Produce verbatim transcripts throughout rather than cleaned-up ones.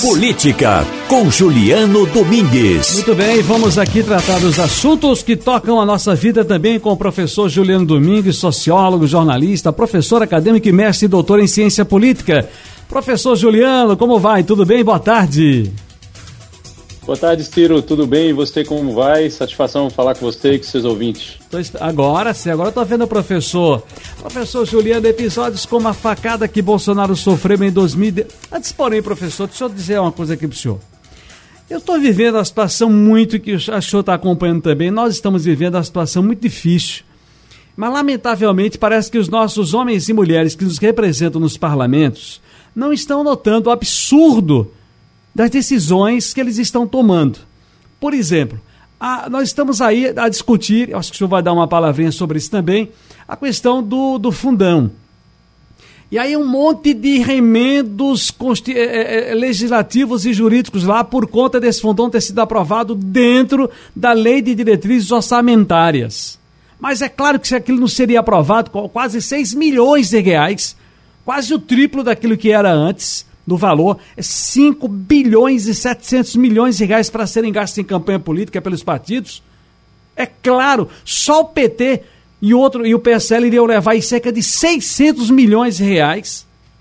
Política, com Juliano Domingues. Muito bem, vamos aqui tratar dos assuntos que tocam a nossa vida também com o professor Juliano Domingues, sociólogo, jornalista, professor acadêmico e mestre e doutor em ciência política. Professor Juliano, como vai? Tudo bem? Boa tarde. Boa tarde, Ciro. Tudo bem? E você, como vai? Satisfação falar com você e com seus ouvintes. Agora sim, agora eu tô vendo o professor. Professor Juliano, episódios como a facada que Bolsonaro sofreu em dois mil... Antes, porém, professor, deixa eu dizer uma coisa aqui pro senhor. Eu tô vivendo uma situação muito, que o senhor tá acompanhando também, nós estamos vivendo uma situação muito difícil. Mas, lamentavelmente, parece que os nossos homens e mulheres que nos representam nos parlamentos não estão notando o absurdo das decisões que eles estão tomando. Por exemplo, a, nós estamos aí a discutir, acho que o senhor vai dar uma palavrinha sobre isso também, a questão do, do fundão. E aí um monte de remendos consti- é, é, legislativos e jurídicos lá por conta desse fundão ter sido aprovado dentro da lei de diretrizes orçamentárias. Mas é claro que se aquilo não seria aprovado, com quase seis milhões de reais, quase o triplo daquilo que era antes, do valor, é cinco bilhões e setecentos milhões de reais para serem gastos em campanha política pelos partidos. É claro, só o P T e, outro, e o P S L iriam levar em cerca de seiscentos milhões de reais.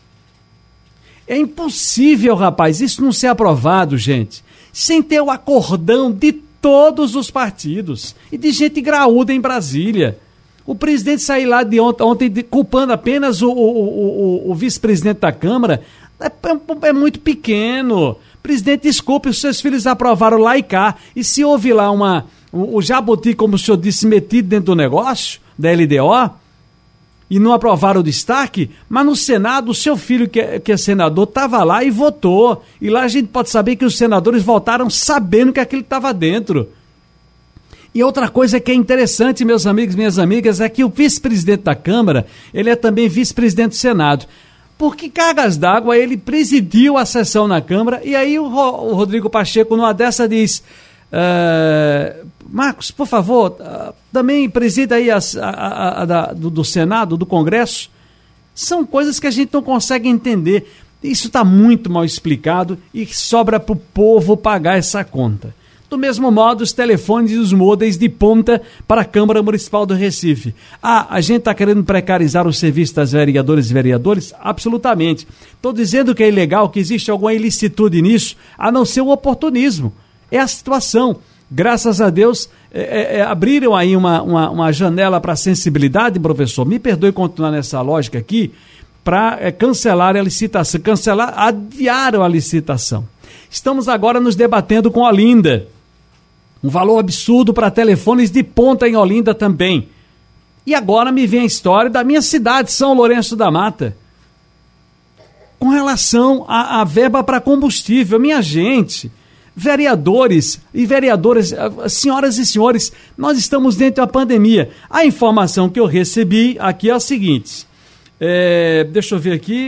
É impossível, rapaz, isso não ser aprovado, gente, sem ter o acordão de todos os partidos e de gente graúda em Brasília. O presidente saiu lá de ontem, ontem de, culpando apenas o, o, o, o, o vice-presidente da Câmara. É, é, é muito pequeno. Presidente, desculpe, os seus filhos aprovaram lá e cá. E se houve lá uma, o, o jabuti, como o senhor disse, metido dentro do negócio, da L D O, e não aprovaram o destaque, mas no Senado, o seu filho, que é, que é senador, estava lá e votou. E lá a gente pode saber que os senadores votaram sabendo que aquilo estava dentro. E outra coisa que é interessante, meus amigos e minhas amigas, é que o vice-presidente da Câmara, ele é também vice-presidente do Senado. Porque cargas d'água, ele presidiu a sessão na Câmara, e aí o, Ro, o Rodrigo Pacheco, numa dessa, diz, uh, Marcos, por favor, uh, também presida aí a, a, a, a da, do, do Senado, do Congresso. São coisas que a gente não consegue entender. Isso está muito mal explicado e sobra para o povo pagar essa conta. Do mesmo modo, os telefones e os modems de ponta para a Câmara Municipal do Recife. Ah, a gente está querendo precarizar o serviço das vereadoras e vereadores? Absolutamente. Estou dizendo que é ilegal, que existe alguma ilicitude nisso, a não ser o oportunismo. É a situação. Graças a Deus, é, é, abriram aí uma, uma, uma janela para sensibilidade, professor. Me perdoe continuar nessa lógica aqui, para é, cancelar a licitação. Cancelar, adiaram a licitação. Estamos agora nos debatendo com Olinda. Um valor absurdo para telefones de ponta em Olinda também. E agora me vem a história da minha cidade, São Lourenço da Mata. Com relação à, à verba para combustível, minha gente, vereadores e vereadoras, senhoras e senhores, nós estamos dentro da pandemia. A informação que eu recebi aqui é a seguinte, é, deixa eu ver aqui.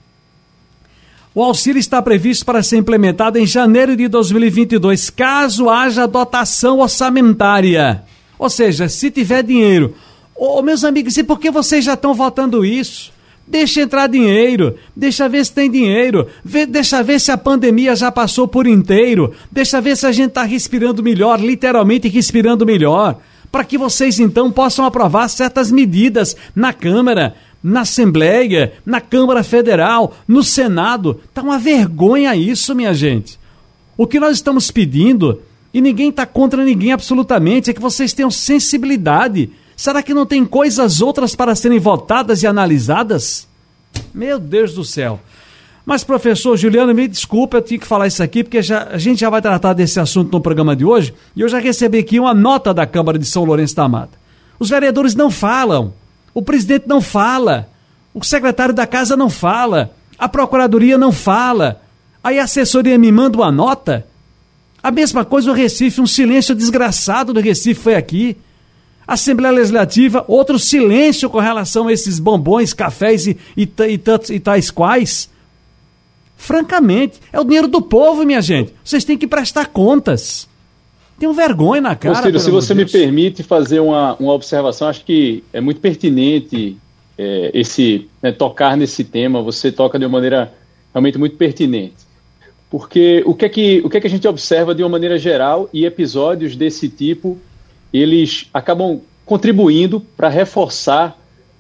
O auxílio está previsto para ser implementado em janeiro de dois mil e vinte e dois, caso haja dotação orçamentária. Ou seja, se tiver dinheiro. Ô, meus amigos, e por que vocês já estão votando isso? Deixa entrar dinheiro, deixa ver se tem dinheiro, Vê, deixa ver se a pandemia já passou por inteiro, deixa ver se a gente está respirando melhor, literalmente respirando melhor, para que vocês então possam aprovar certas medidas na Câmara, na Assembleia, na Câmara Federal, no Senado. Tá uma vergonha isso, minha gente. O que nós estamos pedindo, e ninguém está contra ninguém absolutamente, é que vocês tenham sensibilidade. Será que não tem coisas outras para serem votadas e analisadas? Meu Deus do céu. Mas, professor Juliano, me desculpa, eu tinha que falar isso aqui, porque já, a gente já vai tratar desse assunto no programa de hoje, e eu já recebi aqui uma nota da Câmara de São Lourenço da Mata. Os vereadores não falam. O presidente não fala, o secretário da casa não fala, a procuradoria não fala, aí a assessoria me manda uma nota. A mesma coisa o Recife, um silêncio desgraçado do Recife foi aqui. Assembleia Legislativa, outro silêncio com relação a esses bombons, cafés e, e, e, e tais quais. Francamente, é o dinheiro do povo, minha gente. Vocês têm que prestar contas. Tenho vergonha na cara. Ô, Ciro, se você me permite fazer uma, uma observação, acho que é muito pertinente é, esse, né, tocar nesse tema. Você toca de uma maneira realmente muito pertinente. Porque o que é que, o que é que a gente observa de uma maneira geral, e episódios desse tipo, eles acabam contribuindo para reforçar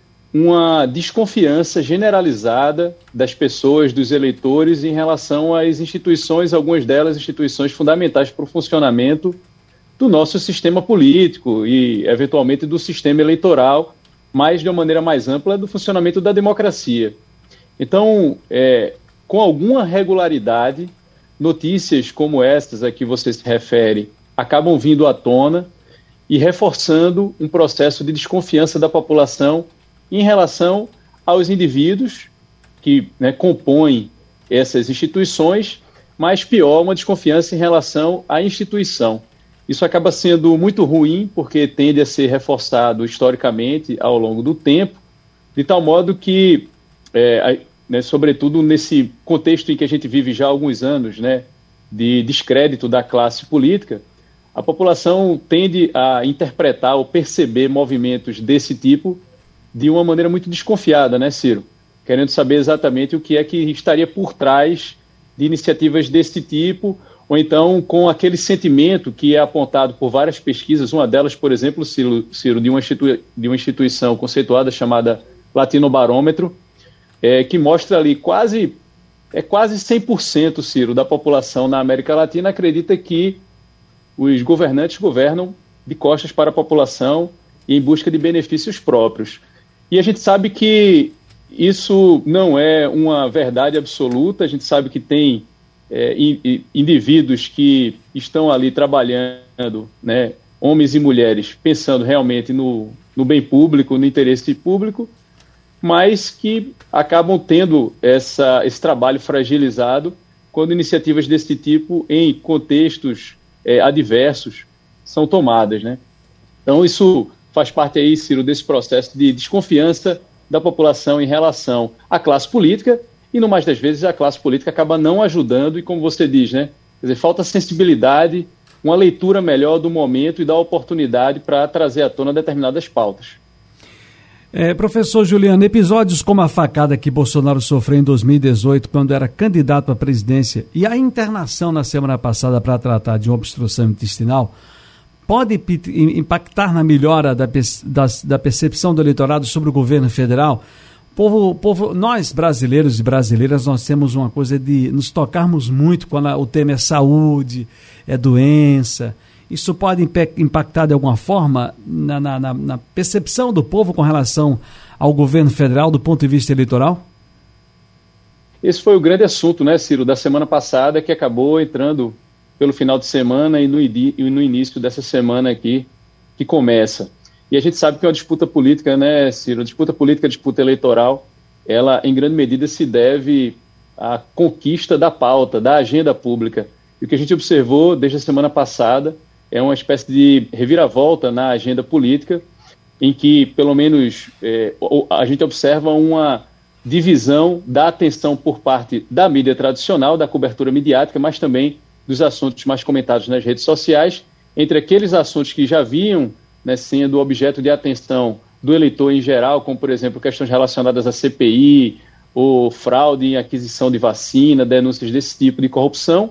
uma desconfiança generalizada das pessoas, dos eleitores, em relação às instituições, algumas delas instituições fundamentais para o funcionamento do nosso sistema político e, eventualmente, do sistema eleitoral, mas de uma maneira mais ampla, do funcionamento da democracia. Então, é, com alguma regularidade, notícias como estas a que você se refere acabam vindo à tona e reforçando um processo de desconfiança da população em relação aos indivíduos que, né, compõem essas instituições, mas pior, uma desconfiança em relação à instituição. Isso acaba sendo muito ruim, porque tende a ser reforçado historicamente ao longo do tempo, de tal modo que, é, né, sobretudo nesse contexto em que a gente vive já há alguns anos, né, de descrédito da classe política, a população tende a interpretar ou perceber movimentos desse tipo de uma maneira muito desconfiada, né, Ciro? Querendo saber exatamente o que é que estaria por trás de iniciativas desse tipo, ou então com aquele sentimento que é apontado por várias pesquisas, uma delas, por exemplo, Ciro, Ciro de, uma institui- de uma instituição conceituada chamada Latinobarômetro, é, que mostra ali quase, é quase cem por cento, Ciro, da população na América Latina acredita que os governantes governam de costas para a população e em busca de benefícios próprios. E a gente sabe que isso não é uma verdade absoluta, a gente sabe que tem é, in, indivíduos que estão ali trabalhando, né, homens e mulheres, pensando realmente no, no bem público, no interesse público, mas que acabam tendo essa, esse trabalho fragilizado quando iniciativas desse tipo, em contextos é, adversos, são tomadas, né? Então isso faz parte aí, Ciro, desse processo de desconfiança da população em relação à classe política, e no mais das vezes a classe política acaba não ajudando, e como você diz, né? Quer dizer, falta sensibilidade, uma leitura melhor do momento e da oportunidade para trazer à tona determinadas pautas. É, professor Juliano, episódios como a facada que Bolsonaro sofreu em dois mil e dezoito, quando era candidato à presidência, e a internação na semana passada para tratar de uma obstrução intestinal, pode impactar na melhora da, da, da percepção do eleitorado sobre o governo federal? Povo, povo, nós, brasileiros e brasileiras, nós temos uma coisa de nos tocarmos muito quando o tema é saúde, é doença. Isso pode impactar de alguma forma na, na, na percepção do povo com relação ao governo federal do ponto de vista eleitoral? Esse foi o grande assunto, né, Ciro, da semana passada, que acabou entrando pelo final de semana e no, e no início dessa semana aqui, que começa. E a gente sabe que uma disputa política, né, Ciro, a disputa política, a disputa eleitoral, ela em grande medida se deve à conquista da pauta, da agenda pública. E o que a gente observou desde a semana passada é uma espécie de reviravolta na agenda política, em que, pelo menos, é, a gente observa uma divisão da atenção por parte da mídia tradicional, da cobertura midiática, mas também dos assuntos mais comentados nas redes sociais, entre aqueles assuntos que já vinham, né, sendo objeto de atenção do eleitor em geral, como, por exemplo, questões relacionadas à C P I, ou fraude em aquisição de vacina, denúncias desse tipo de corrupção,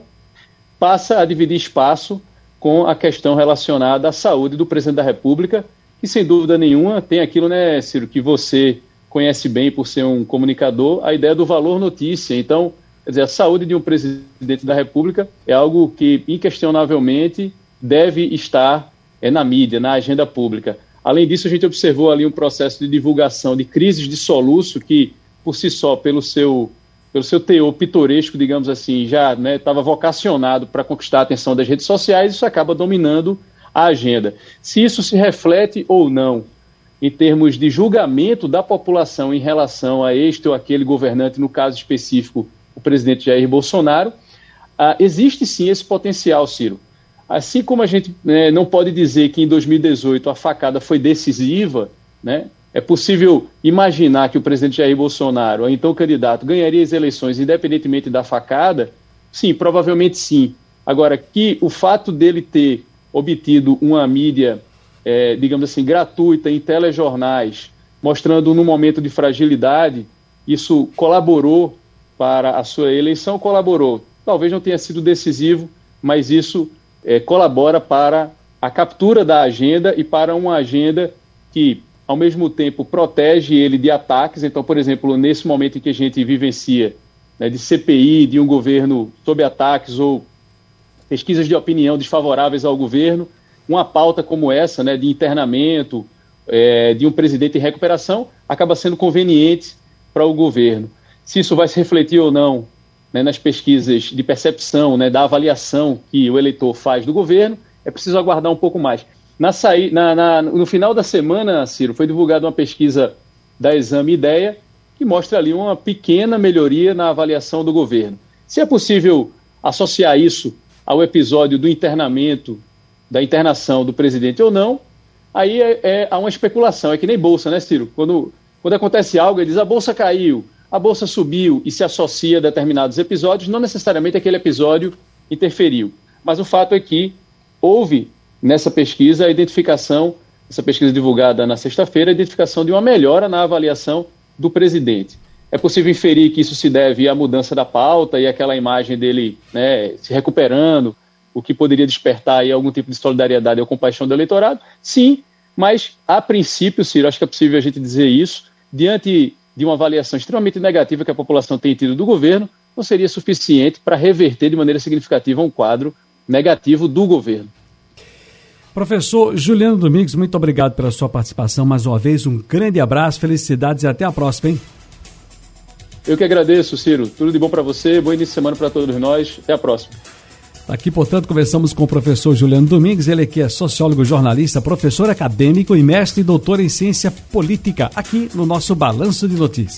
passa a dividir espaço com a questão relacionada à saúde do presidente da República, que, sem dúvida nenhuma, tem aquilo, né, Ciro, que você conhece bem por ser um comunicador, a ideia do valor notícia. Então, quer dizer, a saúde de um presidente da República é algo que, inquestionavelmente, deve estar é, na mídia, na agenda pública. Além disso, a gente observou ali um processo de divulgação de crises de soluço que, por si só, pelo seu, pelo seu teor pitoresco, digamos assim, já estava, né, vocacionado para conquistar a atenção das redes sociais, isso acaba dominando a agenda. Se isso se reflete ou não em termos de julgamento da população em relação a este ou aquele governante, no caso específico, o presidente Jair Bolsonaro, ah, existe sim esse potencial, Ciro. Assim como a gente, né, não pode dizer que em dois mil e dezoito a facada foi decisiva, né, é possível imaginar que o presidente Jair Bolsonaro, ou então o candidato, ganharia as eleições independentemente da facada? Sim, provavelmente sim. Agora, que o fato dele ter obtido uma mídia, é, digamos assim, gratuita em telejornais, mostrando num momento de fragilidade, isso colaborou para a sua eleição, colaborou. talvez não tenha sido decisivo, mas isso é, colabora para a captura da agenda e para uma agenda que, ao mesmo tempo, protege ele de ataques. Então, por exemplo, nesse momento em que a gente vivencia, né, de C P I, de um governo sob ataques ou pesquisas de opinião desfavoráveis ao governo, uma pauta como essa, né, de internamento, é, de um presidente em recuperação, acaba sendo conveniente para o governo. Se isso vai se refletir ou não, né, nas pesquisas de percepção, né, da avaliação que o eleitor faz do governo, é preciso aguardar um pouco mais. Na saí, na, na, no final da semana, Ciro, foi divulgada uma pesquisa da Exame Ideia que mostra ali uma pequena melhoria na avaliação do governo. Se é possível associar isso ao episódio do internamento, da internação do presidente ou não, aí é, é, há uma especulação, é que nem bolsa, né, Ciro? Quando, quando acontece algo, ele diz a bolsa caiu, a bolsa subiu e se associa a determinados episódios, não necessariamente aquele episódio interferiu. Mas o fato é que houve nessa pesquisa a identificação, essa pesquisa divulgada na sexta-feira, a identificação de uma melhora na avaliação do presidente. É possível inferir que isso se deve à mudança da pauta e àquela imagem dele, né, se recuperando, o que poderia despertar aí algum tipo de solidariedade ou compaixão do eleitorado? Sim, mas a princípio, Ciro, acho que é possível a gente dizer isso, diante de uma avaliação extremamente negativa que a população tem tido do governo, não seria suficiente para reverter de maneira significativa um quadro negativo do governo. Professor Juliano Domingues, muito obrigado pela sua participação mais uma vez, um grande abraço, felicidades e até a próxima, hein? Eu que agradeço, Ciro. Tudo de bom para você, bom início de semana para todos nós. Até a próxima. Aqui, portanto, conversamos com o professor Juliano Domingues, ele que é sociólogo, jornalista, professor acadêmico e mestre e doutor em ciência política, aqui no nosso Balanço de Notícias.